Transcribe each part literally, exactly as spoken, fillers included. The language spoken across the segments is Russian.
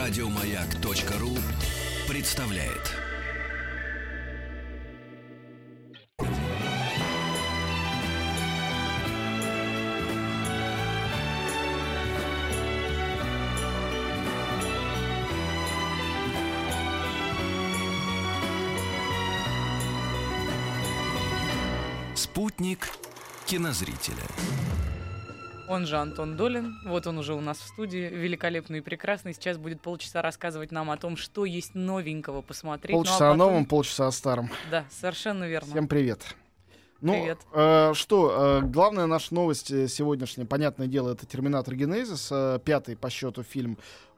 Радиомаяк.ру представляет. Спутник кинозрителя. Он же Антон Долин, вот он уже у нас в студии, великолепный и прекрасный. Сейчас будет полчаса рассказывать нам о том, что есть новенького посмотреть. Полчаса ну, а потом... о новом, полчаса о старом. Да, совершенно верно. Всем привет. Ну, Привет. Э, что, э, главная наша новость сегодняшняя, понятное дело, это «Терминатор Генезис», э, пятый по счету фильм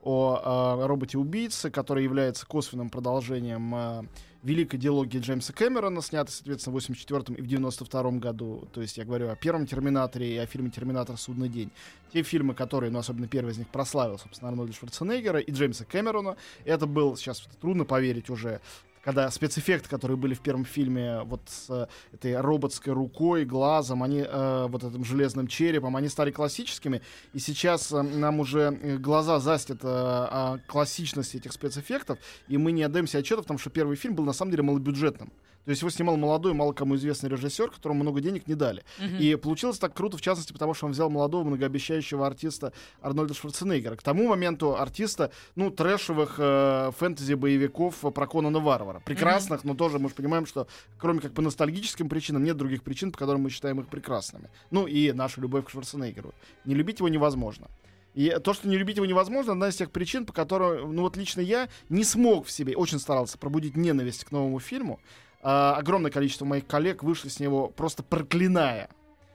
о э, роботе-убийце, который является косвенным продолжением э, великой диалогии Джеймса Кэмерона, снятой, соответственно, в восемьдесят четвёртом и в девяносто втором году. То есть я говорю о первом «Терминаторе» и о фильме «Терминатор. Судный день». Те фильмы, которые, ну, особенно первый из них прославил, собственно, Арнольда Шварценеггера и Джеймса Кэмерона. Это был, сейчас трудно поверить уже, когда спецэффекты, которые были в первом фильме, вот с э, этой роботской рукой, глазом, они, э, вот этим железным черепом, они стали классическими, и сейчас э, нам уже глаза застят э, о классичности этих спецэффектов, и мы не отдаем себе отчета в том, что первый фильм был на самом деле малобюджетным. То есть его снимал молодой, мало кому известный режиссер, которому много денег не дали. Uh-huh. И получилось так круто, в частности, потому что он взял молодого, многообещающего артиста Арнольда Шварценеггера. К тому моменту артиста, ну, трэшевых э, фэнтези-боевиков про Конана Варвара. Прекрасных, uh-huh. но тоже мы же понимаем, что кроме как по ностальгическим причинам нет других причин, по которым мы считаем их прекрасными. Ну и наша любовь к Шварценеггеру. Не любить его невозможно. И то, что не любить его невозможно, одна из тех причин, по которым, ну вот лично я не смог в себе, очень старался пробудить ненависть к новому фильму. Uh, огромное количество моих коллег вышли с него просто проклиная.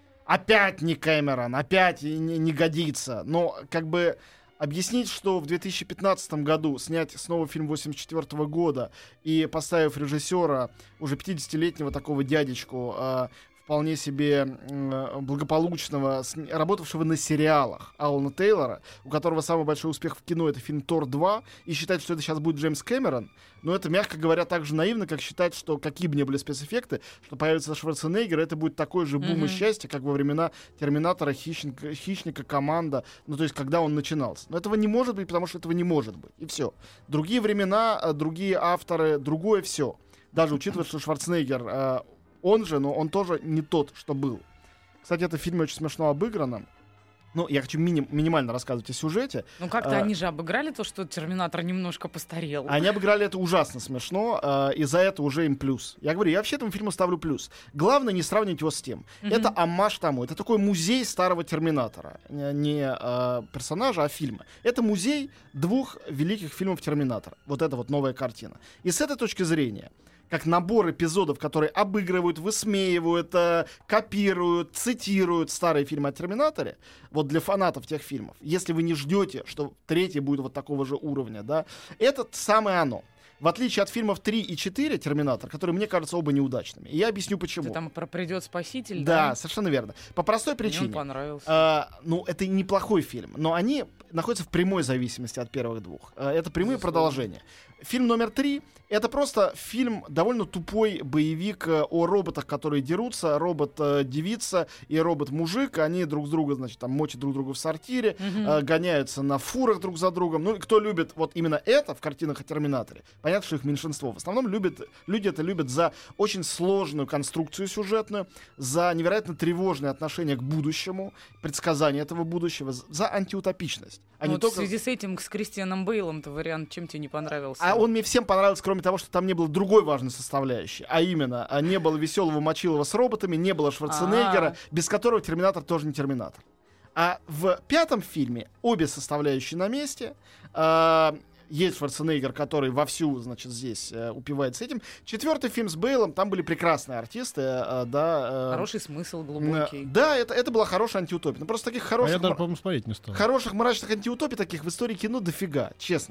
Опять не Кэмерон, опять не, не годится. Но как бы объяснить, что в две тысячи пятнадцатом году снять снова фильм восемьдесят четвёртого года и поставив режиссера, уже пятидесятилетнего такого дядечку, uh, вполне себе э, благополучного, с, работавшего на сериалах Алана Тейлора, у которого самый большой успех в кино — это фильм «Тор два», и считать, что это сейчас будет Джеймс Кэмерон, но это, мягко говоря, так же наивно, как считать, что какие бы ни были спецэффекты, что появится Шварценеггер, это будет такой же бум mm-hmm. и счастье, как во времена «Терминатора», «Хищника», «Хищника», «Команда», ну, то есть, когда он начинался. Но этого не может быть, потому что этого не может быть, и все. Другие времена, другие авторы, другое все. Даже учитывая, что Шварценеггер... Э, Он же, но он тоже не тот, что был. Кстати, это в фильме очень смешно обыграно. Ну, я хочу мини- минимально рассказывать о сюжете. Ну, как-то а, они же обыграли то, что «Терминатор» немножко постарел. Они обыграли это ужасно смешно, а, и за это уже им плюс. Я говорю, я вообще этому фильму ставлю плюс. Главное не сравнивать его с тем. Mm-hmm. Это оммаж тому. Это такой музей старого «Терминатора». Не, не а, персонажа, а фильма. Это музей двух великих фильмов «Терминатора». Вот это вот новая картина. И с этой точки зрения... как набор эпизодов, которые обыгрывают, высмеивают, э, копируют, цитируют старые фильмы о «Терминаторе», вот для фанатов тех фильмов, если вы не ждете, что третий будет вот такого же уровня, да, это самое оно. В отличие от фильмов три и четыре «Терминатор», которые, мне кажутся, оба неудачными. И я объясню, почему. Ты там про «Придет спаситель», да? Да, совершенно верно. По простой причине. Мне он понравился. Э, ну, это неплохой фильм, но они находятся в прямой зависимости от первых двух. Э, это прямые Безусловно. Продолжения. Фильм номер три — это просто фильм, довольно тупой боевик э, о роботах, которые дерутся. Робот-девица и робот-мужик. Они друг с друга, значит, там мочат друг друга в сортире, mm-hmm. э, гоняются на фурах друг за другом. Ну, и кто любит вот именно это в картинах о «Терминаторе», понятно, что их меньшинство. В основном любят, люди это любят за очень сложную конструкцию сюжетную, за невероятно тревожное отношение к будущему, предсказание этого будущего, за антиутопичность. А ну, не вот только... в связи с этим с Кристианом Бейлом-то вариант чем тебе не понравился? А он мне всем понравился, кроме того, что там не было другой важной составляющей. А именно, не было веселого Мочилова с роботами, не было Шварценеггера, А-а-а. без которого «Терминатор» тоже не «Терминатор». А в пятом фильме обе составляющие на месте. А- Есть Шварценеггер, который вовсю, значит, здесь э, упивается этим. Четвертый фильм с Бейлом, там были прекрасные артисты, э, да. Э, Хороший смысл, глубокий. Э, да, это, это была хорошая антиутопия. Ну, просто таких хороших... А я даже, по-моему, смотреть не стал. Хороших мрачных антиутопий таких в истории кино дофига, честно.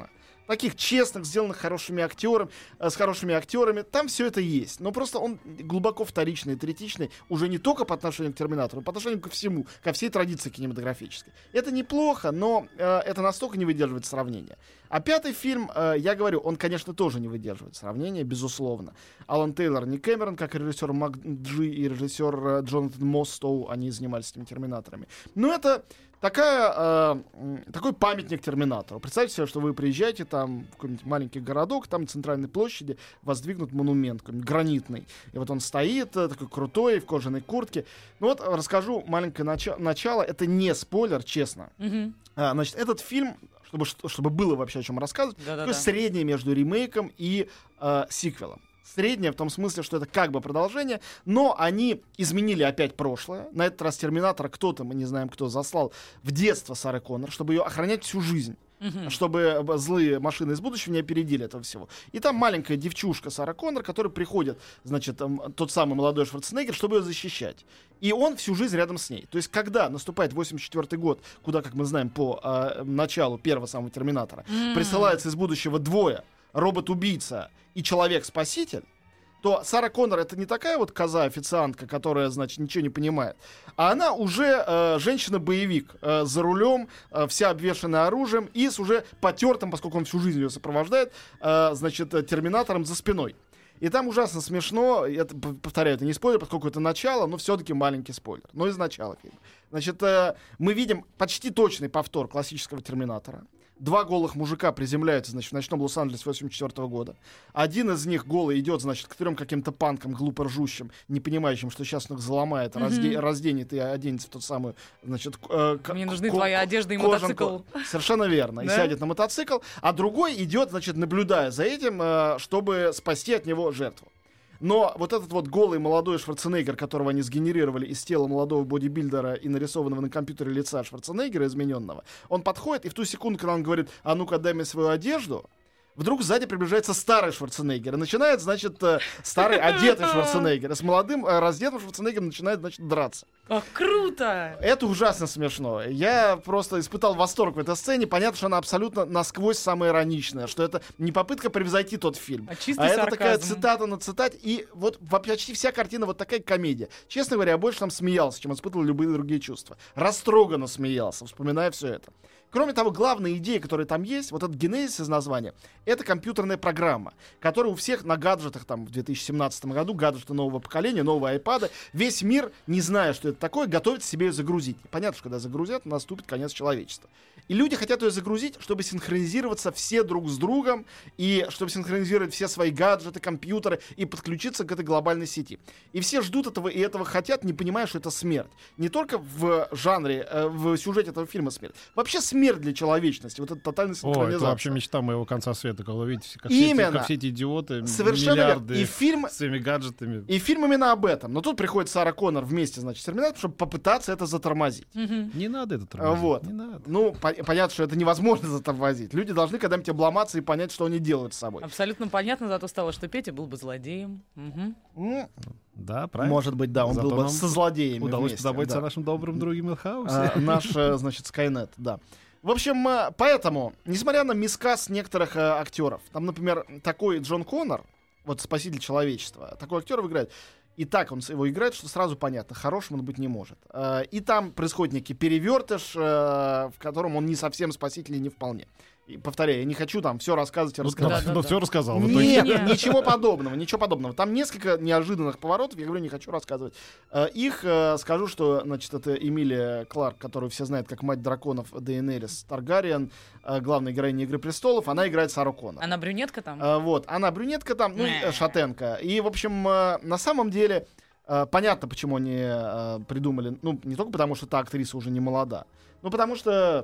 таких честных, сделанных хорошими актерами, с хорошими актерами. Там все это есть. Но просто он глубоко вторичный, третичный, уже не только по отношению к Терминатору, но по отношению ко всему, ко всей традиции кинематографической. Это неплохо, но э, это настолько не выдерживает сравнения. А пятый фильм, э, я говорю, он, конечно, тоже не выдерживает сравнения, безусловно. Алан Тейлор, не Кэмерон, как и режиссер МакДжи и режиссер э, Джонатан Мостоу, они занимались этими Терминаторами. Но это такая, э, такой памятник Терминатору. Представьте себе, что вы приезжаете там в какой-нибудь маленький городок, там на центральной площади воздвигнут монумент какой-нибудь гранитный. И вот он стоит, э, такой крутой, в кожаной куртке. Ну вот расскажу маленькое начало. начало. Это не спойлер, честно. Мгм. А, значит, этот фильм, чтобы, чтобы было вообще о чем рассказывать, Да-да-да. такое среднее между ремейком и э, сиквелом. Среднее в том смысле, что это как бы продолжение, но они изменили опять прошлое. На этот раз Терминатора кто-то, мы не знаем кто, заслал в детство Сары Коннор, чтобы ее охранять всю жизнь. Мгм. Чтобы злые машины из будущего не опередили этого всего. И там маленькая девчушка Сара Коннор, которая приходит, значит, там, тот самый молодой Шварценеггер, чтобы ее защищать. И он всю жизнь рядом с ней. То есть, когда наступает восемьдесят четвёртый год, куда, как мы знаем, по э, началу первого самого Терминатора, М. присылается из будущего двое, робот-убийца и человек-спаситель, то Сара Коннор — это не такая вот коза-официантка, которая, значит, ничего не понимает, а она уже э, женщина-боевик, э, за рулем, э, вся обвешанная оружием и с уже потертым, поскольку он всю жизнь ее сопровождает, э, значит, э, терминатором за спиной. И там ужасно смешно, это, повторяю, это не спойлер, поскольку это начало, но все-таки маленький спойлер. Но из начала фильма. Значит, э, мы видим почти точный повтор классического Терминатора. Два голых мужика приземляются, значит, в ночном Лос-Анджелесе восемьдесят четвёртого года. Один из них голый идет, значит, к трем каким-то панкам, глупо ржущим, не понимающим, что сейчас он их заломает, Мгм. разде- разденет и оденется в тот самый, значит, к- э, к- Мне нужны ко- твоя одежда и кожанку. мотоцикл. Совершенно верно. И Да? сядет на мотоцикл, а другой идет, значит, наблюдая за этим, э, чтобы спасти от него жертву. Но вот этот вот голый молодой Шварценеггер, которого они сгенерировали из тела молодого бодибилдера и нарисованного на компьютере лица Шварценеггера измененного, он подходит, и в ту секунду, когда он говорит: «А ну-ка, дай мне свою одежду», вдруг сзади приближается старый Шварценеггер. И начинает, значит, э, старый одетый Шварценеггер. И с молодым э, раздетым Шварценеггером начинает, значит, драться. Как круто! Это ужасно смешно. Я просто испытал восторг в этой сцене. Понятно, что она абсолютно насквозь самоироничная, что это не попытка превзойти тот фильм, А чистый а это сарказм. такая цитата на цитате. И вот во- почти вся картина вот такая комедия. Честно говоря, я больше там смеялся, чем испытывал любые другие чувства. Растроганно смеялся, вспоминая все это. Кроме того, главная идея, которая там есть, вот этот генезис из названия, это компьютерная программа, которая у всех на гаджетах там в две тысячи семнадцатом году, гаджеты нового поколения, новые айпады, весь мир, не зная, что это такое, готовится себе ее загрузить. И понятно, что когда загрузят, наступит конец человечества. И люди хотят ее загрузить, чтобы синхронизироваться все друг с другом, и чтобы синхронизировать все свои гаджеты, компьютеры, и подключиться к этой глобальной сети. И все ждут этого и этого хотят, не понимая, что это смерть. Не только в жанре, э, в сюжете этого фильма смерть. Вообще смерть для человечности. Вот это тотальная О, синхронизация. это вообще мечта моего конца света, когда увидите, как, все эти, Именно. как все эти идиоты, Совершенно миллиарды верно. И фильм, с своими гаджетами. и фильм именно об этом. Но тут приходит Сара Коннор вместе, значит, с Терминатором, чтобы попытаться это затормозить. Мгм. Не надо это А, тормозить, вот. не надо. Ну, по- понятно, что это невозможно затормозить. Люди должны когда-нибудь обломаться и понять, что они делают с собой. Абсолютно понятно, зато стало, что Петя был бы злодеем. Мгм. Ну, Да, правильно. может быть, да, он Зато был бы нам со злодеями Удалось вместе, позаботиться да. о нашем добром друге Милхаусе. А, наш, э, значит, Скайнет, да. В общем, э, поэтому, несмотря на мискас некоторых э, актеров, там, например, такой Джон Коннор, вот спаситель человечества, такой актер играет, и так он его играет, что сразу понятно, хорошим он быть не может. Э, И там происходит некий перевертыш, э, в котором он не совсем спаситель и не вполне. И повторяю, я не хочу там все рассказывать и Ну, раскрывать. Да, да, ну, да. все рассказал. в итоге. Нет, Нет. ничего подобного, ничего подобного. Там несколько неожиданных поворотов, я говорю, не хочу рассказывать. Э, Их э, скажу, что, значит, это Эмилия Кларк, которую все знают как мать драконов Дейенерис Таргариен, э, главная героиня «Игры престолов», она играет Сару Коннор. Она брюнетка там? Э, Вот, она брюнетка там, ну, и, э, Не. шатенка. И, в общем, э, на самом деле, э, понятно, почему они э, придумали, ну, не только потому, что та актриса уже не молода, но потому что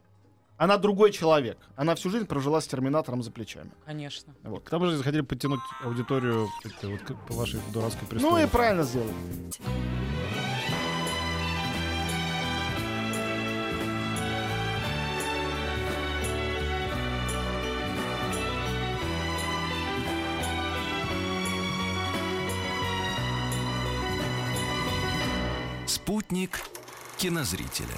она другой человек. Она всю жизнь прожила с Терминатором за плечами. Конечно. Вот. К тому же захотели подтянуть аудиторию это, вот, к- по вашей дурацкой престоле. Ну и правильно сделали. Спутник кинозрителя.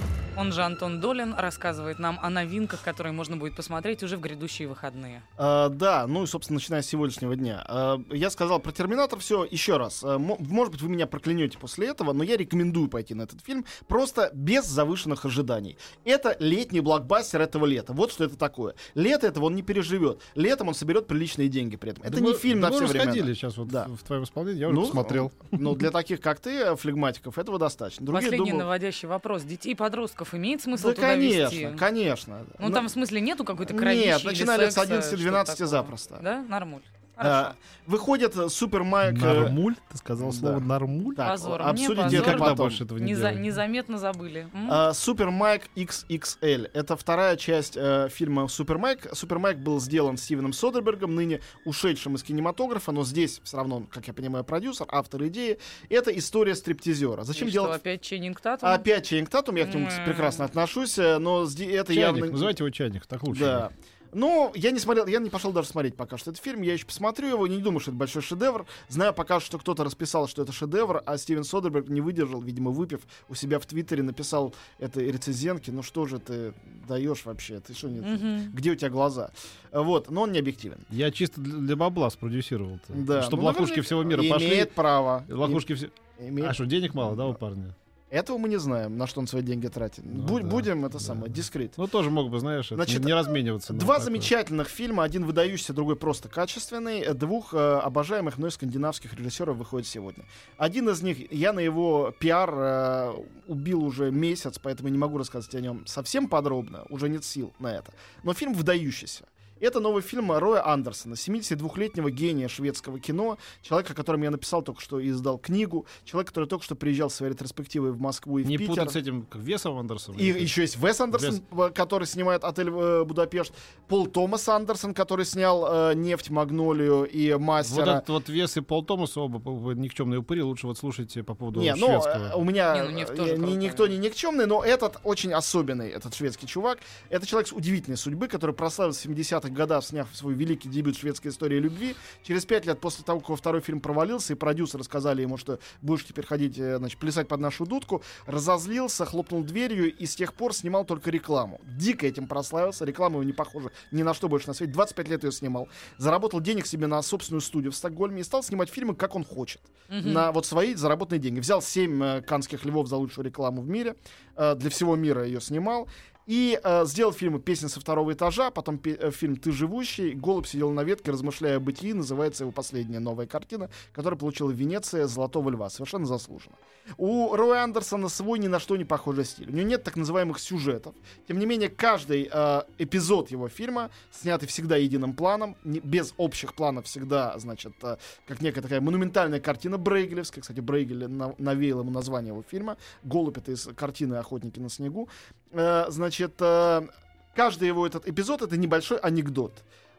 Он же Антон Долин рассказывает нам о новинках, которые можно будет посмотреть уже в грядущие выходные. А, да, ну и, собственно, начиная с сегодняшнего дня. А, я сказал про «Терминатор» все еще раз. А, м- может быть, вы меня проклянете после этого, но я рекомендую пойти на этот фильм просто без завышенных ожиданий. Это летний блокбастер этого лета. Вот что это такое. Лето этого он не переживет. Летом он соберет приличные деньги при этом. Это Да не мы, фильм да на мы все уже времена. сходили сейчас вот Да. в, в твоем исполнении, я уже Ну, посмотрел. Ну, для таких, как ты, флегматиков, этого достаточно. Другие Последний думают, наводящий вопрос. Детей и подростков имеет смысл да, туда конечно, вести? конечно. Ну, Но- там, в смысле, нету какой-то кровищи Нет, или начинали с секса, одиннадцати-двенадцати что-то запросто. такое? Да? Нормуль. А, Хорошо. выходит э, Супер Майк. э, Нормуль? Ты сказал да. слово нормуль? Так, Позор. обсудим Мне это позор. Никогда потом. больше этого не Неза- делай. Незаметно забыли. М? А, Супер Майк икс икс эль. Это вторая часть э, фильма Супер Майк. Супер Майк был сделан Стивеном Содербергом, ныне ушедшим из кинематографа, но здесь все равно, он, как я понимаю, продюсер, автор идеи. Это история стриптизера. Зачем И делать... что, опять Ченнинг Татум? Опять Ченнинг Татум, я к нему М. прекрасно отношусь, э, но сде- это Чайник, явно... называйте его чайник, так лучше. Да. Ну, я не смотрел, я не пошел даже смотреть пока что этот фильм. Я еще посмотрю его, не думаю, что это большой шедевр. Знаю пока что кто-то расписал, что это шедевр, а Стивен Содерберг не выдержал, видимо, выпив, у себя в Твиттере написал этой рецензентке: ну что же ты даешь вообще? Ты что, нет? Мгм. Где у тебя глаза? Вот, но он не объективен. Я чисто для, для бабла спродюсировал. Да. Чтобы ну, лохушки наверняка всего мира имеет пошли. право. Лохушки все... Им- имеет- А что, денег мало, да, у парня? Этого мы не знаем, на что он свои деньги тратит. Ну, Бу- да, Будем это да, самое, да. дискрет. Ну, тоже мог бы, знаешь, это Значит, не, не размениваться. на Два такое. замечательных фильма, один выдающийся, другой просто качественный. э, Двух э, обожаемых мной скандинавских режиссеров выходит сегодня. Один из них, я на его пиар э, убил уже месяц, поэтому не могу рассказать о нем совсем подробно, уже нет сил на это. Но фильм выдающийся. Это новый фильм Роя Андерсона, семидесятидвухлетнего гения шведского кино, человека, о котором я написал только что и издал книгу, человек, который только что приезжал в своей ретроспективой в Москву и в Не Питер. путать с этим как Весом Андерсоном. И еще есть Вес Андерсон, э, который снимает «Отель э, Будапешт», Пол Томас Андерсон, который снял э, «Нефть», «Магнолию» и Вот «Мастера». этот вот Вес и Пол Томас оба п- никчемные упыри. Лучше вот слушайте по поводу Не, ну, шведского. э, у меня Не, ну, «Нефть» э, тоже ни- крутой. никто не никчемный, но этот очень особенный, этот шведский чувак. Это человек с удивительной судьбы, который прославился в семидесятых годах, сняв свой великий дебют в шведской истории любви. Через пять лет после того, как его второй фильм провалился, и продюсеры сказали ему, что будешь теперь ходить, э, значит, плясать под нашу дудку, разозлился, хлопнул дверью и с тех пор снимал только рекламу. Дико этим прославился, реклама его не похожа ни на что больше на свете. двадцать пять лет ее снимал. Заработал денег себе на собственную студию в Стокгольме и стал снимать фильмы, как он хочет. Мгм. На вот свои заработанные деньги. Взял семь э, каннских львов за лучшую рекламу в мире. э, для всего мира ее снимал. И э, сделал фильмы «Песня со второго этажа», потом пе- э, фильм «Ты живущий», «Голубь сидел на ветке, размышляя о бытии», называется его последняя новая картина, которая получила в Венеции «Золотого льва», совершенно заслуженно. У Роя Андерсона свой ни на что не похожий стиль. У него нет так называемых сюжетов. Тем не менее, каждый э, эпизод его фильма снятый всегда единым планом, не- без общих планов всегда, значит, э, как некая такая монументальная картина брейгелевская. Кстати, Брейгель на- навеял ему название его фильма. «Голубь» — это из картины «Охотники на снегу». Э, значит, э, каждый его этот эпизод — это небольшой анекдот.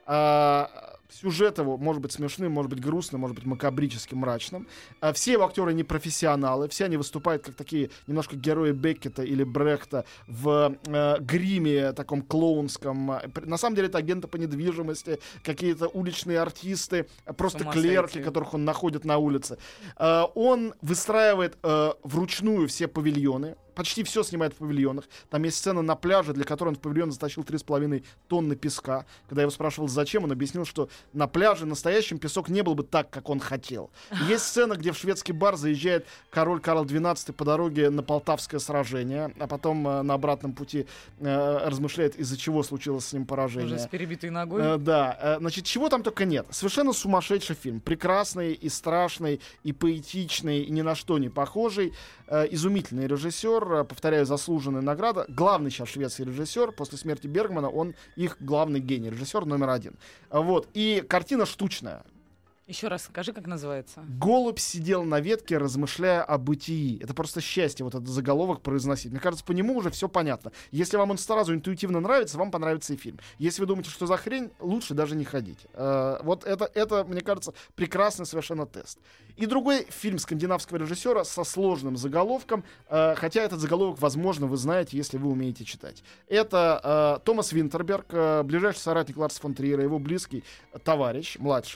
А, сюжет его может быть смешным, может быть грустным, может быть макабрическим, мрачным. А, все его актеры не профессионалы, все они выступают как такие немножко герои Беккета или Брехта в э, гриме таком клоунском. На самом деле это агенты по недвижимости, какие-то уличные артисты, просто С ума клерки, сойти. которых он находит на улице. Э, он выстраивает э, вручную все павильоны. Почти все снимает в павильонах. Там есть сцена на пляже, для которой он в павильон затащил три с половиной тонны песка. Когда я его спрашивал, зачем, он объяснил, что на пляже настоящим песок не был бы так, как он хотел. Есть сцена, где в шведский бар заезжает король Карл двенадцатый по дороге на Полтавское сражение, а потом э, на обратном пути э, размышляет, из-за чего случилось с ним поражение. Уже с перебитой ногой. Э, да, э, значит, чего там только нет. Совершенно сумасшедший фильм. Прекрасный и страшный, и поэтичный, и ни на что не похожий. Э, изумительный режиссер, э, повторяю, заслуженная награда. Главный сейчас шведский режиссер. После смерти Бергмана он их главный гений. Режиссер номер один. А вот. И картина штучная. Еще раз скажи, как называется. Голубь сидел на ветке, размышляя о бытии. Это просто счастье, вот этот заголовок произносить. Мне кажется, по нему уже все понятно. Если вам он сразу интуитивно нравится, вам понравится и фильм. Если вы думаете, что за хрень, лучше даже не ходить. Э, вот это, это, мне кажется, прекрасный совершенно тест. И другой фильм скандинавского режиссера со сложным заголовком, э, хотя этот заголовок, возможно, вы знаете, если вы умеете читать. Это э, Томас Винтерберг, э, ближайший соратник Ларса фон Триера, его близкий товарищ, младший.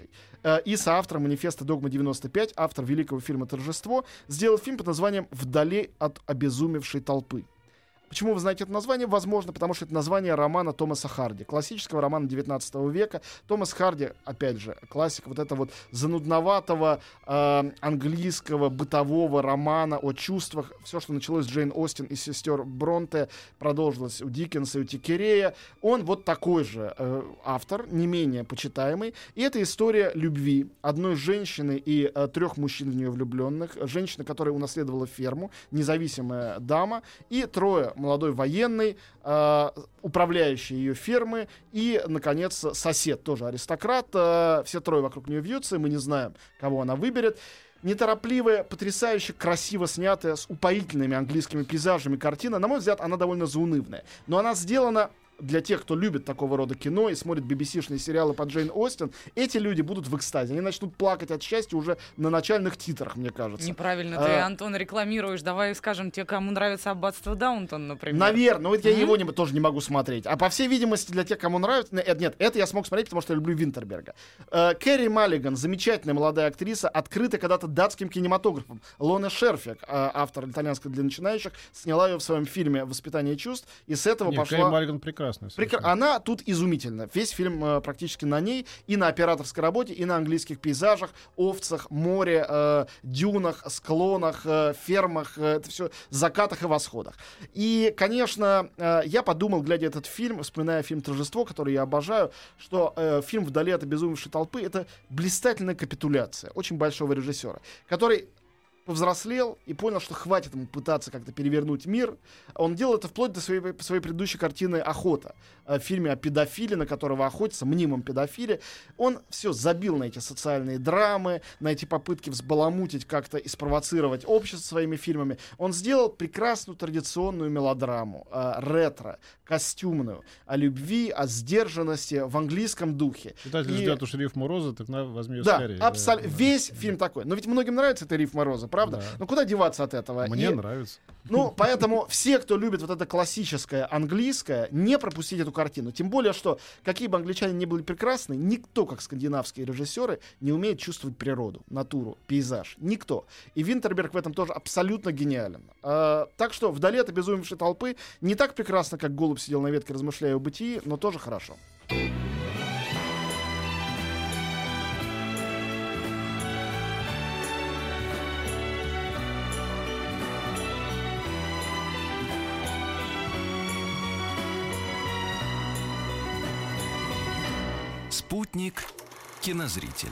э, и соавтор манифеста «Догма девяносто пять», автор великого фильма «Торжество», сделал фильм под названием «Вдали от обезумевшей толпы». Почему вы знаете это название? Возможно, потому что это название романа Томаса Харди, классического романа девятнадцатого века. Томас Харди, опять же, классик вот этого вот занудноватого э, английского бытового романа о чувствах. Все, что началось с Джейн Остин и сестер Бронте, продолжилось у Диккенса и у Тиккерея. Он вот такой же э, автор, не менее почитаемый. И это история любви одной женщины и э, трех мужчин в нее влюбленных. Женщина, которая унаследовала ферму, независимая дама, и трое молодой военный, э, управляющий ее фермы, и, наконец, сосед, тоже аристократ. Э, все трое вокруг нее вьются, и мы не знаем, кого она выберет. Неторопливая, потрясающе красиво снятая, с упоительными английскими пейзажами картина. На мой взгляд, она довольно заунывная. Но она сделана... Для тех, кто любит такого рода кино и смотрит би би си-шные сериалы по Джейн Остин, эти люди будут в экстазе. Они начнут плакать от счастья уже на начальных титрах, мне кажется. Неправильно а, ты, Антон, рекламируешь. Давай скажем, те, кому нравится «Аббатство Даунтон», например. Наверное, но вот я mm-hmm. его не, тоже не могу смотреть. А по всей видимости, для тех, кому нравится... Нет, нет, это я смог смотреть, потому что я люблю Винтерберга. Э, Кэрри Маллиган, замечательная молодая актриса, открыта когда-то датским кинематографом. Лона Шерфик, э, автор «Итальянской для начинающих», сняла ее в своем фильме «Воспитание чувств», и с этого Нет, пошла... Кэрри Маллиган прекрасная. Прекра... Она тут изумительна. Весь фильм э, практически на ней, и на операторской работе, и на английских пейзажах, овцах, море, э, дюнах, склонах, э, фермах, э, это все, закатах и восходах. И, конечно, э, я подумал, глядя этот фильм, вспоминая фильм «Торжество», который я обожаю, что э, фильм «Вдали от обезумевшей толпы» — это блистательная капитуляция очень большого режиссера, который повзрослел и понял, что хватит ему пытаться как-то перевернуть мир. Он делал это вплоть до своей, своей предыдущей картины «Охота», в фильме о педофиле, на которого охотятся, мнимом педофиле. Он все забил на эти социальные драмы, на эти попытки взбаламутить как-то и спровоцировать общество своими фильмами. Он сделал прекрасную традиционную мелодраму, э, ретро, костюмную, о любви, о сдержанности в английском духе. Читатель и... ждет уж рифму розы, так на, возьми ее да, скорее. Абсол... Да, весь да. фильм такой. Но ведь многим нравится эта рифма розы, правда? Да. Ну куда деваться от этого? Мне и... нравится. Ну, поэтому все, кто любит вот это классическое английское, не пропустить эту картину. Тем более, что какие бы англичане ни были прекрасны, никто, как скандинавские режиссеры, не умеет чувствовать природу, натуру, пейзаж. Никто. И Винтерберг в этом тоже абсолютно гениален. А, так что «Вдали от обезумевшей толпы» не так прекрасно, как голубь сидел на ветке, размышляя о бытии, но тоже хорошо. Спутник кинозрителя.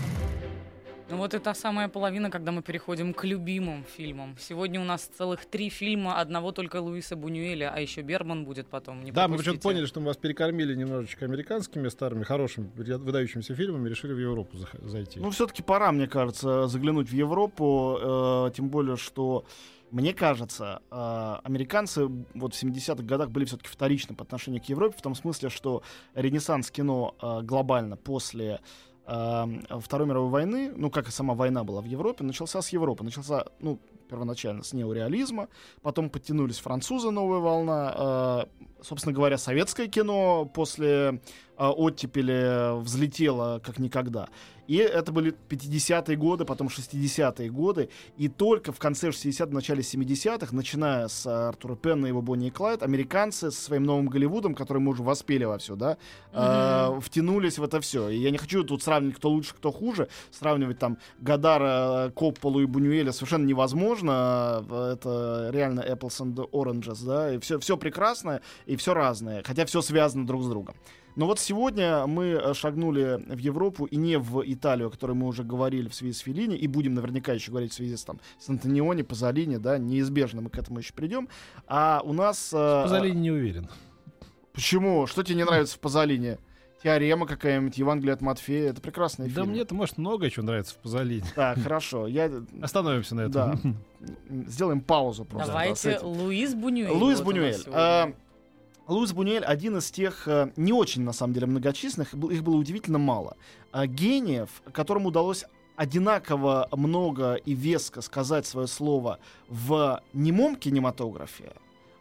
Ну вот это самая половина, когда мы переходим к любимым фильмам. Сегодня у нас целых три фильма одного только Луиса Бунюэля, а еще Берман будет потом. Не да, мы пропустите. почему-то поняли, что мы вас перекормили немножечко американскими старыми, хорошими, выдающимися фильмами, решили в Европу зах- зайти. Ну, все-таки пора, мне кажется, заглянуть в Европу, э, тем более, что мне кажется, э, американцы вот в семидесятых годах были все-таки вторичны по отношению к Европе, в том смысле, что ренессанс кино э, глобально после э, Второй мировой войны, ну, как и сама война была в Европе, начался с Европы. Начался, ну, первоначально с неореализма, потом подтянулись французы, новая волна, э, собственно говоря, советское кино после э, оттепели взлетело как никогда. И это были пятидесятые годы, потом шестидесятые годы. И только в конце шестидесятых, начале семидесятых, начиная с Артура Пенна и его Бонни и Клайд, американцы со своим новым Голливудом, который мы уже воспели вовсю, да, mm-hmm. э, втянулись в это все. И я не хочу тут сравнивать, кто лучше, кто хуже. Сравнивать там Годара, Копполу и Бунюэля совершенно невозможно. Это реально apples and oranges, да. И все, все прекрасное, и все разное. Хотя все связано друг с другом. Но вот сегодня мы шагнули в Европу, и не в Италию, о которой мы уже говорили в связи с Феллини, и будем наверняка еще говорить в связи с, там, с Антониони, Пазолини, да, неизбежно мы к этому еще придем. А у нас... С Пазолини не уверен. Почему? Что тебе не нравится в Пазолини? Теорема какая-нибудь, Евангелие от Матфея, это прекрасный фильм. Да мне-то, может, много чего нравится в Пазолини. Так, хорошо. Я... Остановимся на этом. Да. Сделаем паузу просто. Давайте, да, Луис Бунюэль. Луис вот Бунюэль. Луис Бунюэль один из тех, не очень, на самом деле, многочисленных, их было удивительно мало, гениев, которым удалось одинаково много и веско сказать свое слово в немом кинематографе,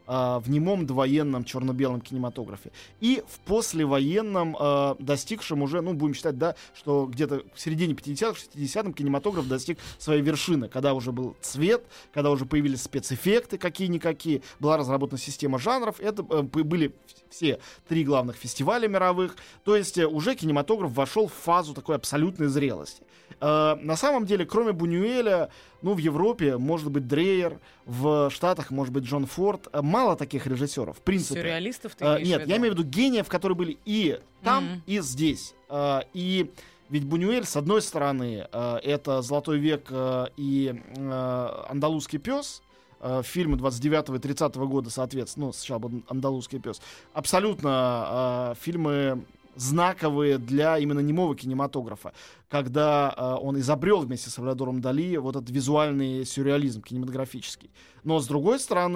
э, в немом довоенном черно-белом кинематографе. И в послевоенном, э, достигшем уже, ну, будем считать, да, что где-то в середине пятидесятых, шестидесятых кинематограф достиг своей вершины, когда уже был цвет, когда уже появились спецэффекты какие-никакие, была разработана система жанров, это э, были все три главных фестиваля мировых, то есть э, уже кинематограф вошел в фазу такой абсолютной зрелости. Э, на самом деле, кроме Бунюэля, ну, в Европе, может быть, Дрейер, в Штатах, может быть, Джон Форд. Мало таких режиссеров, в принципе. Сюрреалистов ты э, имеешь Нет, в виду? я имею в виду гениев, которые были и там, Mm-hmm. и здесь. Э, и ведь Бунюэль, с одной стороны, э, это «Золотой век» э, и э, «Андалузский пес», э, фильмы двадцать девятого и тридцатого года, соответственно, ну, сначала был «Андалузский пес», абсолютно э, фильмы знаковые для именно немого кинематографа, когда э, он изобрел вместе с Сальвадором Дали вот этот визуальный сюрреализм кинематографический. Но, с другой стороны,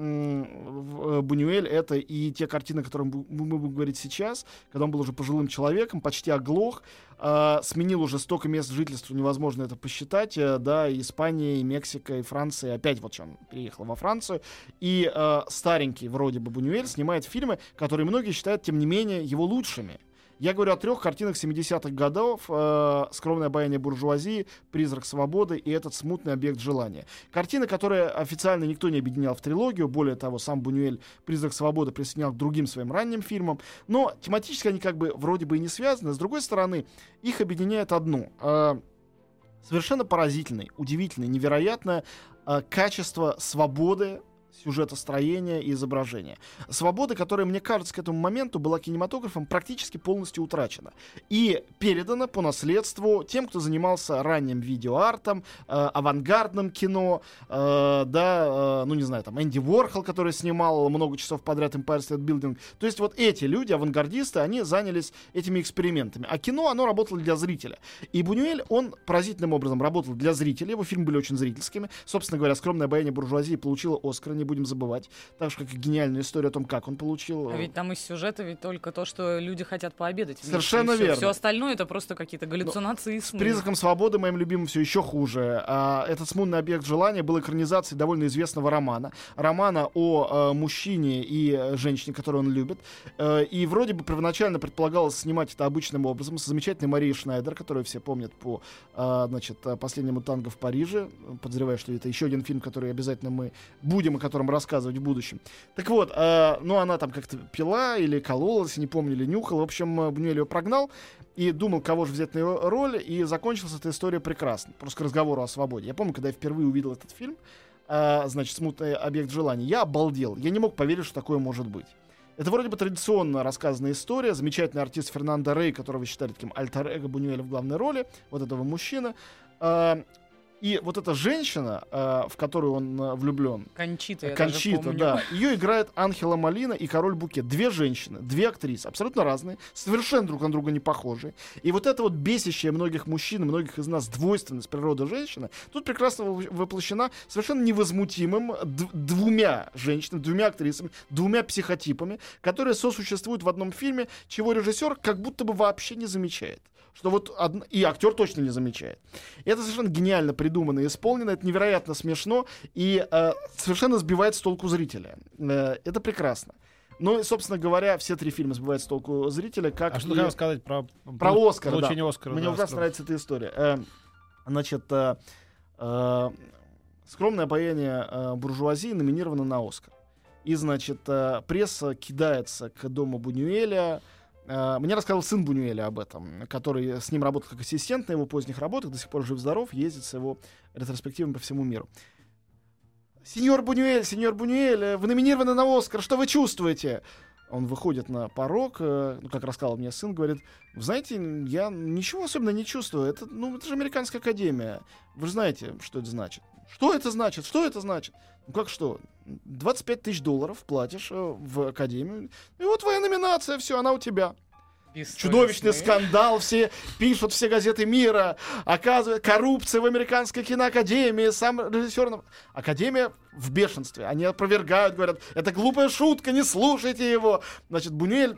м- Бунюэль — это и те картины, о которых мы будем говорить сейчас, когда он был уже пожилым человеком, почти оглох, э, сменил уже столько мест жительства, невозможно это посчитать, э, да, и Испания, и Мексика, и Франция, опять вот он переехал во Францию, и э, старенький вроде бы Бунюэль снимает фильмы, которые многие считают, тем не менее, его лучшими. Я говорю о трех картинах семидесятых годов: э, «Скромное обаяние буржуазии», «Призрак свободы» и этот смутный объект желания. Картины, которые официально никто не объединял в трилогию. Более того, сам Бунюэль «Призрак свободы» присоединял к другим своим ранним фильмам. Но тематически они как бы вроде бы и не связаны. С другой стороны, их объединяет одно. Э, совершенно поразительное, удивительное, невероятное э, качество свободы, сюжетостроения и изображения. Свобода, которая, мне кажется, к этому моменту была кинематографом практически полностью утрачена и передана по наследству тем, кто занимался ранним видеоартом, э, авангардным кино, э, да, э, ну не знаю, там Энди Уорхол, который снимал много часов подряд Empire State Building. То есть вот эти люди, авангардисты, они занялись этими экспериментами. А кино, оно работало для зрителя. И Бунюэль, он поразительным образом работал для зрителя. Его фильмы были очень зрительскими. Собственно говоря, «Скромное обаяние буржуазии» получила Оскар, не будем забывать. Так же, как и гениальная история о том, как он получил. А ведь там из сюжета ведь только то, что люди хотят пообедать вместе. Совершенно все. верно. Все остальное — это просто какие-то галлюцинации и С сны. «Призраком свободы», моим любимым, все еще хуже. А, этот смутный объект желания был экранизацией довольно известного романа. Романа о а, мужчине и женщине, которую он любит. А, и вроде бы первоначально предполагалось снимать это обычным образом с замечательной Марией Шнайдер, которую все помнят по а, значит, «Последнему танго в Париже». Подозреваю, что это еще один фильм, который обязательно мы будем, о котором рассказывать в будущем. Так вот, э, ну она там как-то пила или кололась, не помню, или нюхала. В общем, Бунюэль ее прогнал и думал, кого же взять на ее роль, и закончилась эта история прекрасно. Просто к разговору о свободе. Я помню, когда я впервые увидел этот фильм, э, значит, «Смутный объект желания», я обалдел. Я не мог поверить, что такое может быть. Это вроде бы традиционно рассказанная история. Замечательный артист Фернандо Рей, которого считали таким альтер-эго Бунюэля в главной роли, вот этого мужчины. Э, И вот эта женщина, э, в которую он э, влюблен, Кончита, я Кончита, даже помню. да, ее играет Анхела Молина и Король Букет. Две женщины, две актрисы, абсолютно разные, совершенно друг на друга не похожие. И вот эта вот бесящая многих мужчин, многих из нас двойственность природы женщины, тут прекрасно воплощена совершенно невозмутимым д- двумя женщинами, двумя актрисами, двумя психотипами, которые сосуществуют в одном фильме, чего режиссер как будто бы вообще не замечает. Что вот одна... И актер точно не замечает. И это совершенно гениально придумано и исполнено, это невероятно смешно и э, совершенно сбивает с толку зрителя. Э, это прекрасно. Ну и, собственно говоря, все три фильма сбивают с толку зрителя. Как А что и... ты хотел сказать про, про Оскар, получение да. Оскара? Мне да, ужасно скромно. нравится эта история. Э, значит, э, э, «Скромное обаяние э, буржуазии» номинировано на Оскар. И, значит, э, пресса кидается к дому Бунюэля. Мне рассказал сын Бунюэля об этом, который с ним работал как ассистент на его поздних работах, до сих пор жив-здоров, ездит с его ретроспективами по всему миру. «Сеньор Бунюэль, сеньор Бунюэль, вы номинированы на Оскар, что вы чувствуете?» Он выходит на порог, ну, как рассказал мне сын, говорит: вы знаете, я ничего особенно не чувствую, это, ну, это же Американская академия, вы же знаете, что это значит. Что это значит? Что это значит? Ну как что? двадцать пять тысяч долларов платишь э, в академию, и вот твоя номинация, все, она у тебя. Чудовищный скандал, все пишут, все газеты мира. Оказывается, коррупция в Американской киноакадемии, сам режиссер... Академия в бешенстве. Они опровергают, говорят, это глупая шутка, не слушайте его. Значит, Бунюэль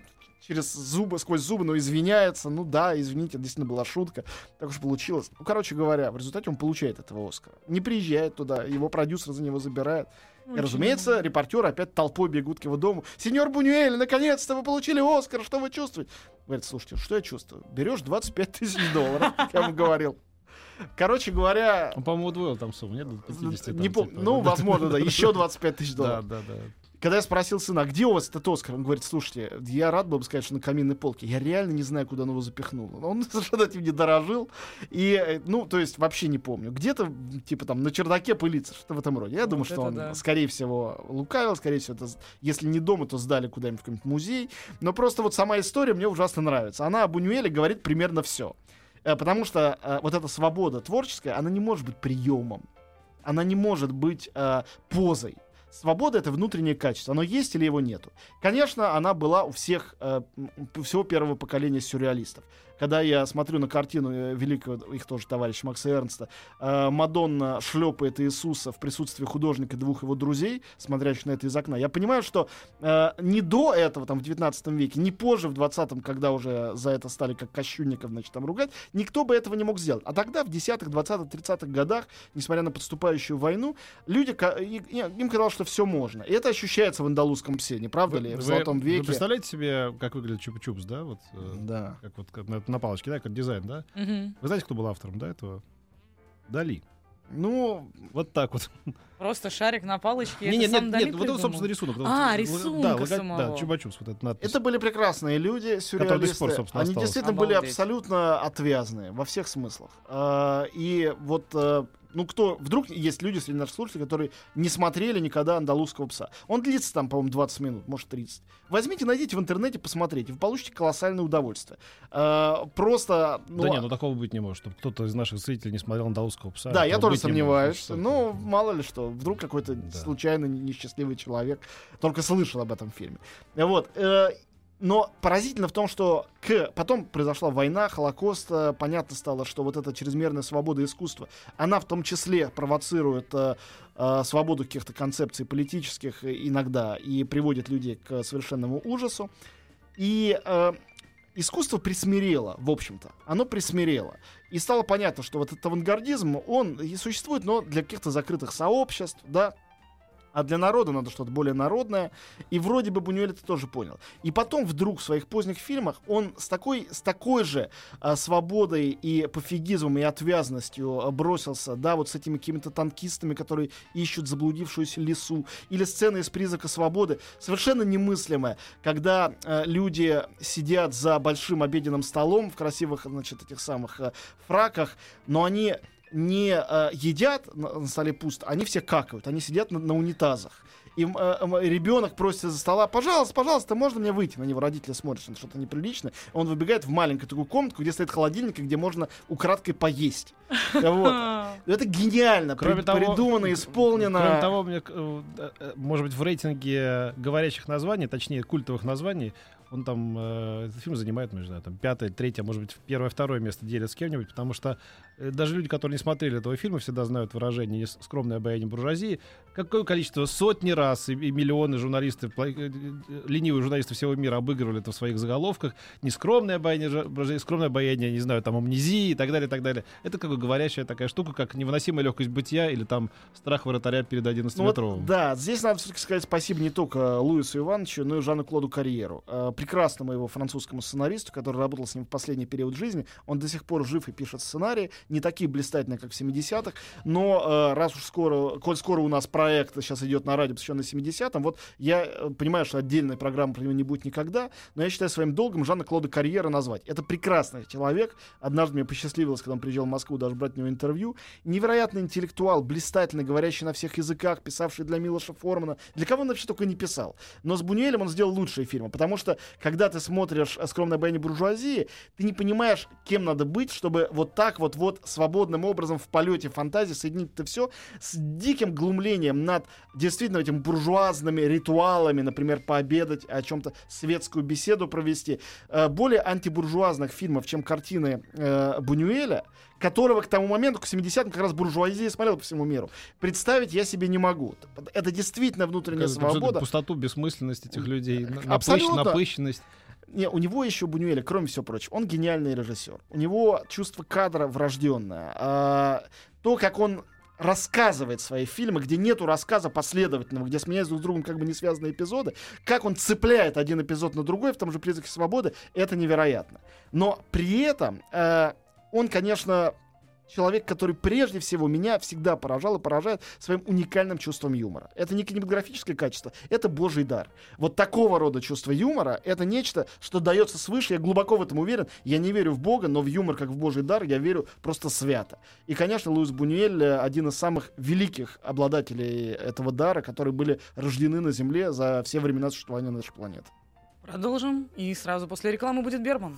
через зубы, сквозь зубы, но извиняется. Ну да, извините, это действительно была шутка. Так уж получилось. Ну, короче говоря, в результате он получает этого Оскара. Не приезжает туда, его продюсер за него забирает. И, разумеется, репортеры опять толпой бегут к его дому. Сеньор Бунюэль, наконец-то вы получили Оскар, что вы чувствуете? Говорит, слушайте, что я чувствую? Берешь двадцать пять тысяч долларов, как я вам говорил. Короче говоря... Он, по-моему, удвоил там сумму, нет? пятьдесят, не там, пом- типа, ну, да. возможно, да, еще двадцать пять тысяч долларов. Да, да, да. Когда я спросил сына, а где у вас этот Оскар? Он говорит, слушайте, я рад был бы сказать, что на каминной полке. Я реально не знаю, куда он его запихнул. Он совершенно этим не дорожил. И, ну, то есть, вообще не помню. Где-то, типа, там, на чердаке пылится, что-то в этом роде. Я Вот думаю, что он, да. скорее всего, лукавил. Скорее всего, это, если не дома, то сдали куда-нибудь в какой-нибудь музей. Но просто вот сама история мне ужасно нравится. Она о Бунюэле говорит примерно все. Потому что э, вот эта свобода творческая, она не может быть приемом. Она не может быть э, позой. Свобода — это внутреннее качество. Оно есть или его нету? Конечно, она была у всех, э, всего первого поколения сюрреалистов. Когда я смотрю на картину э, великого, их тоже товарища Макса Эрнста, э, Мадонна шлепает Иисуса в присутствии художника и двух его друзей, смотрящих на это из окна, я понимаю, что э, не до этого, там, в девятнадцатом веке, не позже, в двадцатом, когда уже за это стали как кощунников, значит, там ругать, никто бы этого не мог сделать. А тогда, в десятых, двадцатых, тридцатых годах, несмотря на подступающую войну, люди, им казалось, что все можно. И это ощущается в «Андалузском псе», не правда Вы, ли? В вы, «Золотом веке». Вы представляете себе, как выглядит Чупа-Чупс, да? Вот, э, Да. Как вот как на, на палочке, да, как дизайн, да? Мгм. Вы знаете, кто был автором, да, этого? Дали. Ну, Вот так вот. Просто шарик на палочке. Не, это нет, сам нет, Дали нет, вот это, придумал? собственно, рисунок. А, Вот, рисунка да, лого- самого. Да, Чупа-Чупс, вот эта надпись. это были прекрасные люди, Которые до сих пор, сюрреалисты. собственно, Они осталось. действительно были Обалдеть. абсолютно отвязные во всех смыслах. А, И вот, э, ну кто, вдруг есть люди среди наших слушателей, которые не смотрели никогда «Андалузского пса». Он длится там, по-моему, двадцать минут, может тридцать. Возьмите, найдите в интернете, посмотрите, вы получите колоссальное удовольствие. А, Просто... ну, Да нет, ну такого быть не может, чтобы кто-то из наших зрителей не смотрел «Андалузского пса». Да, я Этого тоже быть не сомневаюсь. может. Ну, мало ли что. Вдруг какой-то Да. случайно несчастливый человек только слышал об этом фильме. Вот. э, Но поразительно в том, что к... потом произошла война, Холокост. э, Понятно стало, что вот эта чрезмерная свобода искусства, она в том числе провоцирует э, э, свободу каких-то концепций политических э, иногда и приводит людей к совершенному ужасу. И... э, искусство присмирело, в общем-то. Оно присмирело. И стало понятно, что вот этот авангардизм, он и существует, но для каких-то закрытых сообществ, да, а для народа надо что-то более народное. И вроде бы Бунюэль это тоже понял. И потом вдруг в своих поздних фильмах он с такой, с такой же а, свободой и пофигизмом и отвязностью а, бросился, да, вот с этими какими-то танкистами, которые ищут заблудившуюся лису, или сцена из «Призрака свободы», совершенно немыслимая, когда а, люди сидят за большим обеденным столом в красивых, значит, этих самых а, фраках, но они не э, едят на, на столе пусто, они все какают, они сидят на, на унитазах. И э, э, ребенок просит из-за стола: пожалуйста, пожалуйста, можно мне выйти? На него родители смотрят, что что-то неприличное. Он выбегает в маленькую такую комнатку, где стоит холодильник, и где можно украдкой поесть. Вот. Это гениально, Кроме при- того, придумано, исполнено. Кроме того, мне, э, э, может быть, в рейтинге говорящих названий, точнее, культовых названий, он там, э, этот фильм занимает, ну, не знаю, там, пятое, третье, может быть, первое, второе место делит с кем-нибудь, потому что э, даже люди, которые не смотрели этого фильма, всегда знают выражение «скромное обаяние буржуазии». Какое количество, сотни раз и, и миллионы журналистов, пла- э, э, ленивые журналисты всего мира обыгрывали это в своих заголовках. Нескромное обаяние жа- буржуазии, скромное обаяние, не знаю, там, амнезии и так далее, и так далее. Это как бы говорящая такая штука, как невыносимая легкость бытия или там страх вратаря перед Ну вот, одиннадцатиметровым. да, здесь надо все-таки сказать спасибо не только Луису Ивановичу, но и Жану-Клоду Карьеру. Э, прекрасному его французскому сценаристу, который работал с ним в последний период жизни. Он до сих пор жив и пишет сценарии. Не такие блистательные, как в семидесятых, но э, раз уж скоро, коль скоро у нас проект сейчас идет на радио, посвященный семидесятым, вот я э, понимаю, что отдельной программы про него не будет никогда, но я считаю своим долгом Жана-Клода Карьера назвать. Это прекрасный человек. Однажды мне посчастливилось, когда он приезжал в Москву, даже брать у него интервью. Невероятный интеллектуал, блистательный, говорящий на всех языках, писавший для Милоша Формана. Для кого он вообще только не писал. Но с Бунюэлем он сделал лучшие фильмы, потому что, когда ты смотришь «Скромное обаяние буржуазии», ты не понимаешь, кем надо быть, чтобы вот так вот, вот свободным образом в полете фантазии соединить это все с диким глумлением над действительно этими буржуазными ритуалами, например, пообедать, о чем-то светскую беседу провести. Э, более антибуржуазных фильмов, чем картины э, Бунюэля, которого к тому моменту, к семидесятым, как раз буржуазия смотрела по всему миру. Представить я себе не могу. Это действительно внутренняя Как- как свобода. пустоту, бессмысленность этих людей, на- напыщ- Абсолютно. напыщенность. не, у него еще Бунюэля, кроме всего прочего, он гениальный режиссер. У него чувство кадра врожденное. А, то, как он рассказывает свои фильмы, где нету рассказа последовательного, где сменяются друг с другом как бы не связанные эпизоды, как он цепляет один эпизод на другой в том же «Призраке свободы», это невероятно. Но при этом э, он, конечно, человек, который прежде всего меня всегда поражал и поражает своим уникальным чувством юмора. Это не кинематографическое качество, это божий дар. Вот такого рода чувство юмора — это нечто, что дается свыше. Я глубоко в этом уверен. Я не верю в Бога, но в юмор как в божий дар я верю просто свято. И, конечно, Луис Бунюэль — один из самых великих обладателей этого дара, которые были рождены на Земле за все времена существования нашей планеты. Продолжим. И сразу после рекламы будет Бергман.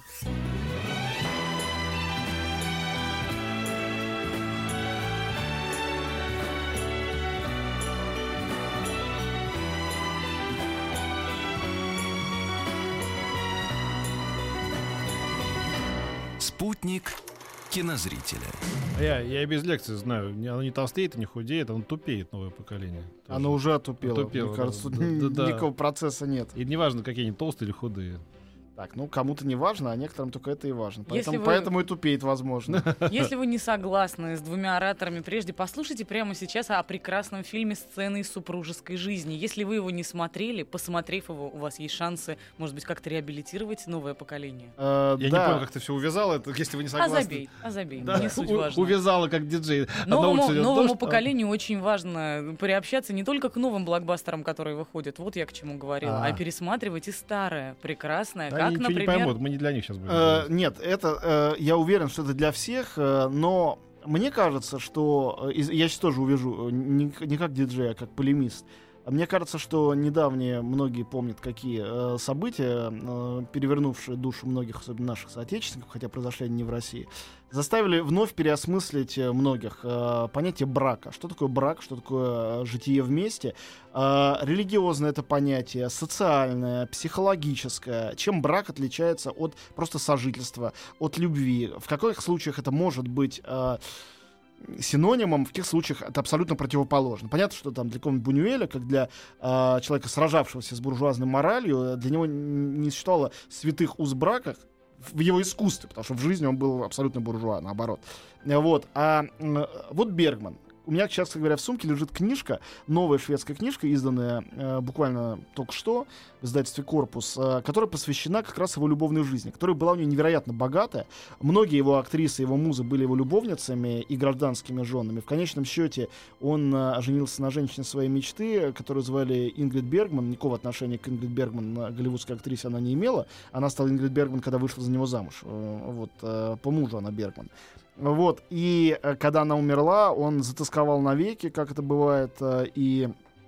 Спутник кинозрителя. Я, я и без лекции знаю. Не- Оно не толстеет и не худеет, оно тупеет, новое поколение. Тоже. Оно уже отупело. Отупело, Мне кажется, да, тут да, да. никакого процесса нет. И неважно, какие они толстые или худые. Так, ну кому-то не важно, а некоторым только это и важно. Поэтому, Если вы- поэтому и тупеет, возможно. Если вы не согласны с двумя ораторами прежде, послушайте прямо сейчас о прекрасном фильме «Сцены из супружеской жизни». Если вы его не смотрели, посмотрев его, у вас есть шансы, может быть, как-то реабилитировать новое поколение. Э, Я да. не понял, как ты все увязал, это, если вы не согласны. А забей, а забей, Да. не суть У- важно. Увязала, как диджей. На Новому, улице идет новому дождь, а- поколению очень важно приобщаться не только к новым блокбастерам, которые выходят, вот я к чему говорила, А. а, пересматривать и старое, прекрасное, Да как, они ничего не например... поймут, мы не для них сейчас будем. Э, говорить. нет, это э, я уверен, что это для всех, э, но мне кажется, что э, из- я сейчас тоже увижу э, не, к- не как диджей, а как полемист. А Мне кажется, что недавние многие помнят, какие э, события, э, перевернувшие душу многих, особенно наших соотечественников, хотя произошли они не в России, заставили вновь переосмыслить э, многих э, понятие брака. Что такое брак, что такое э, житие вместе. Э, религиозное это понятие, социальное, психологическое. Чем брак отличается от просто сожительства, от любви. В каких случаях это может быть... э, синонимом, в тех случаях это абсолютно противоположно. Понятно, что там для какого-нибудь Бунюэля, как для э, человека, сражавшегося с буржуазной моралью, для него н- не существовало святых уз брака в его искусстве, потому что в жизни он был абсолютно буржуа, наоборот. Э, Вот. А м, вот Бергман. У меня сейчас, кстати говоря, в сумке лежит книжка, новая шведская книжка, изданная э, буквально только что в издательстве «Корпус», э, которая посвящена как раз его любовной жизни, которая была у него невероятно богатая. Многие его актрисы, его музы были его любовницами и гражданскими женами. В конечном счете он э, женился на женщине своей мечты, которую звали Ингрид Бергман. Никакого отношения к Ингрид Бергман, э, голливудской актрисе, она не имела. Она стала Ингрид Бергман, когда вышла за него замуж. Э, вот, э, по мужу она Бергман. Вот, и э, когда она умерла, он затасковал навеки, как это бывает, э, и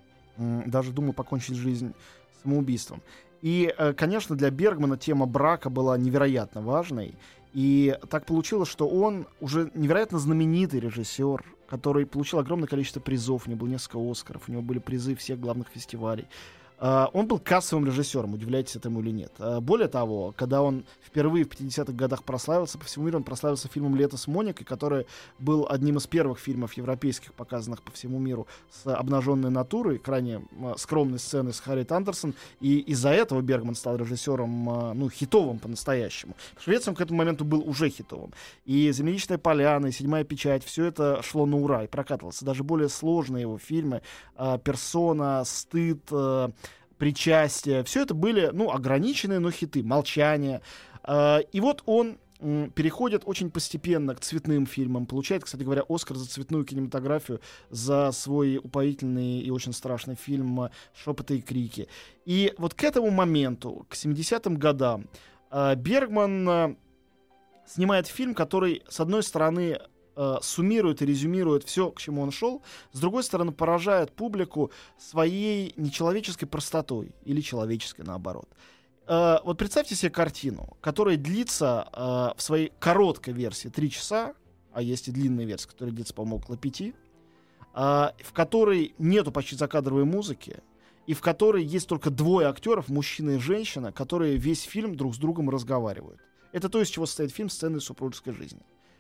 м, даже думал покончить жизнь самоубийством. И, э, конечно, для Бергмана тема брака была невероятно важной. И так получилось, что он уже невероятно знаменитый режиссер, который получил огромное количество призов, у него было несколько Оскаров, у него были призы всех главных фестивалей. Uh, он был кассовым режиссером, удивляйтесь этому или нет. Uh, более того, когда он впервые в пятидесятых годах прославился, по всему миру он прославился фильмом «Лето с Моникой», который был одним из первых фильмов европейских, показанных по всему миру с обнаженной натурой, крайне uh, скромной сценой с Харриет Андерсон. И из-за этого Бергман стал режиссером, uh, ну, хитовым по-настоящему. В Швеции он к этому моменту был уже хитовым. И «Земляничная поляна», и «Седьмая печать», все это шло на ура и прокатывалось. Даже более сложные его фильмы uh, «Персона», «Стыд», uh, «Причастие», все это были, ну, ограниченные, но хиты, «Молчание». Э, и вот он м, переходит очень постепенно к цветным фильмам, получает, кстати говоря, Оскар за цветную кинематографию за свой упоительный и очень страшный фильм «Шепоты и крики». И вот к этому моменту, к семидесятым годам, э, Бергман э, снимает фильм, который, с одной стороны, суммирует и резюмирует все, к чему он шел, с другой стороны, поражает публику своей нечеловеческой простотой или человеческой, наоборот. Э, вот представьте себе картину, которая длится э, в своей короткой версии три часа, а есть и длинная версия, которая длится, по-моему, около пяти, э, в которой нету почти закадровой музыки, и в которой есть только двое актеров, мужчина и женщина, которые весь фильм друг с другом разговаривают. Это то, из чего состоит фильм «Сцены из супружеской жизни».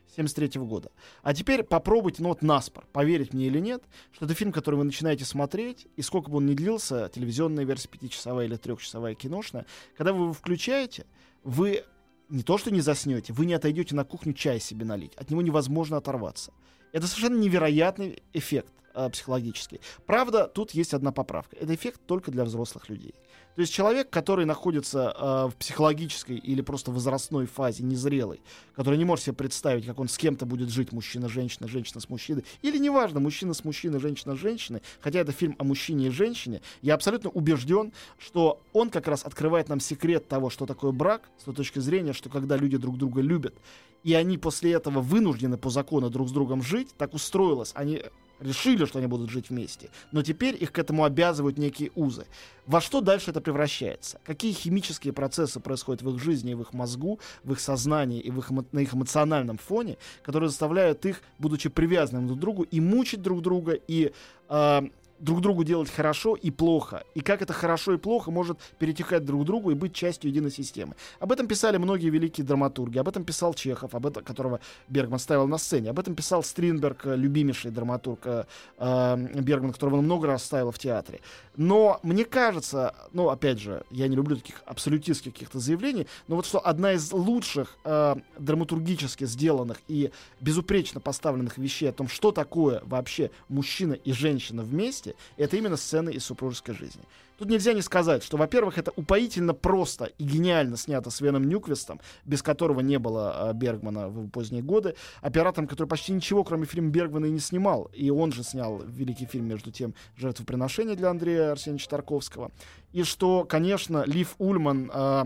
семьдесят третьего года. А теперь попробуйте, ну вот наспор, поверить мне или нет, что это фильм, который вы начинаете смотреть, и сколько бы он ни длился, телевизионная версия пятичасовая или трехчасовая киношная, когда вы его включаете, вы не то что не заснете, вы не отойдете на кухню чай себе налить. От него невозможно оторваться. Это совершенно невероятный эффект э, психологический. Правда, тут есть одна поправка. Это эффект только для взрослых людей. То есть человек, который находится э, в психологической или просто возрастной фазе, незрелый, который не может себе представить, как он с кем-то будет жить, мужчина-женщина, женщина с мужчиной, или неважно, мужчина с мужчиной, женщина с женщиной, хотя это фильм о мужчине и женщине, я абсолютно убежден, что он как раз открывает нам секрет того, что такое брак, с той точки зрения, что когда люди друг друга любят, и они после этого вынуждены по закону друг с другом жить, так устроилось, они решили, что они будут жить вместе, но теперь их к этому обязывают некие узы. Во что дальше это превращается? Какие химические процессы происходят в их жизни, в их мозгу, в их сознании и в их, на их эмоциональном фоне, которые заставляют их, будучи привязанными друг к другу, и мучить друг друга, и э, друг другу делать хорошо и плохо. И как это хорошо и плохо может перетекать друг к другу и быть частью единой системы. Об этом писали многие великие драматурги. Об этом писал Чехов, об этом, которого Бергман ставил на сцене. Об этом писал Стринберг, любимейший драматург э, Бергмана, которого он много раз ставил в театре. Но мне кажется, ну, опять же, я не люблю таких абсолютистских каких-то заявлений, но вот что одна из лучших э, драматургически сделанных и безупречно поставленных вещей о том, что такое вообще мужчина и женщина вместе, это именно сцены из супружеской жизни. Тут нельзя не сказать, что, во-первых, это упоительно просто и гениально снято Свеном Нюквистом, без которого не было э, Бергмана в поздние годы, оператором, который почти ничего, кроме фильма Бергмана, и не снимал. И он же снял великий фильм, между тем, «Жертвоприношение» для Андрея Арсеньевича Тарковского. И что, конечно, Лив Ульман, э,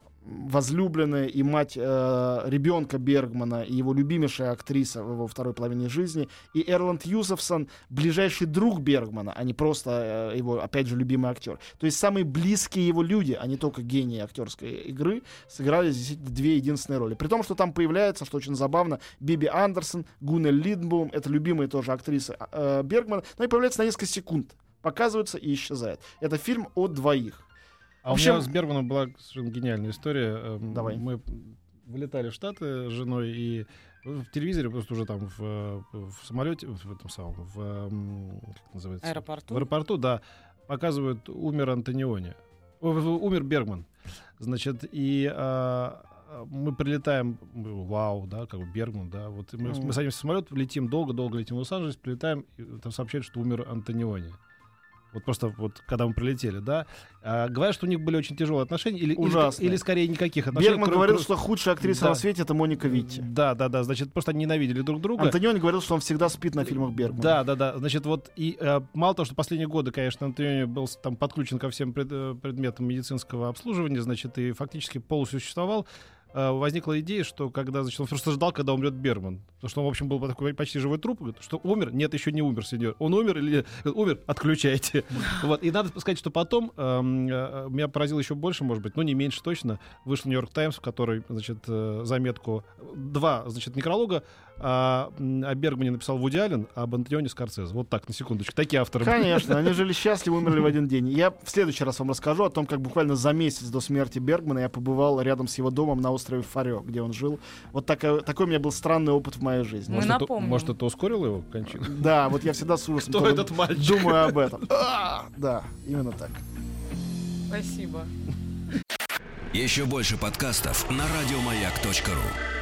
возлюбленная и мать э, ребенка Бергмана, и его любимейшая актриса в его второй половине жизни, и Эрланд Юзефсон, ближайший друг Бергмана, а не просто э, его, опять же, любимый актер. То есть самые близкие его люди, а не только гении актерской игры, сыграли здесь две единственные роли. При том, что там появляется, что очень забавно, Биби Андерсон, Гуннель Линдбум, это любимые тоже актрисы э, Бергмана, но и появляется на несколько секунд, показывается и исчезает. Это фильм о двоих. А в общем, у меня с Бергманом была совершенно гениальная история. Давай. Мы вылетали в Штаты с женой, и в телевизоре просто уже там в, в самолете, в этом самом, в, как называется? Аэропорту? В аэропорту, да, показывают, умер Антониони. О, умер Бергман. Значит, и а, мы прилетаем, вау, да, как бы Бергман, да, вот мы, mm. мы садимся в самолет, летим долго-долго, летим в Лос-Анджелес, прилетаем, и там сообщают, что умер Антониони. Вот просто вот когда мы прилетели, да. А, говорят, что у них были очень тяжелые отношения. Или, или, или скорее никаких отношений. Бергман кроме, говорил, кроме... что худшая актриса да. на свете — это Моника Витти. Да, да, да. Значит, просто они ненавидели друг друга. Антониони говорил, что он всегда спит на фильмах Бергмана. Да, да, да. Значит, вот и э, мало того, что последние годы, конечно, Антониони был там подключен ко всем пред, предметам медицинского обслуживания, значит, и фактически полностью существовал. Возникла идея, что когда, значит, он просто ждал, когда умрет Бергман. Потому что он, в общем, был такой почти живой труп. Говорит, что умер? Нет, еще не умер, сеньор. Он умер или нет? Умер? Отключайте. Вот. И надо сказать, что потом э, меня поразило еще больше, может быть, но не меньше точно. Вышел Нью-Йорк Таймс, в которой, значит, заметку, два, значит, некролога о, о Бергмане написал Вуди Аллен, а об Антониони Скорсезе. Вот так, на секундочку. Такие авторы. Конечно, они жили счастливы, умерли в один день. Я в следующий раз вам расскажу о том, как буквально за месяц до смерти Бергмана я побывал рядом с его домом на острове Фарё, где он жил. Вот такой, такой у меня был странный опыт в моей жизни. Мы Может, напомним. это, может, это ускорило его кончину? Да, вот я всегда с ужасом Кто этот мальчик? думаю об этом. А, да, именно так. Спасибо. Еще больше подкастов на радиомаяк точка ру.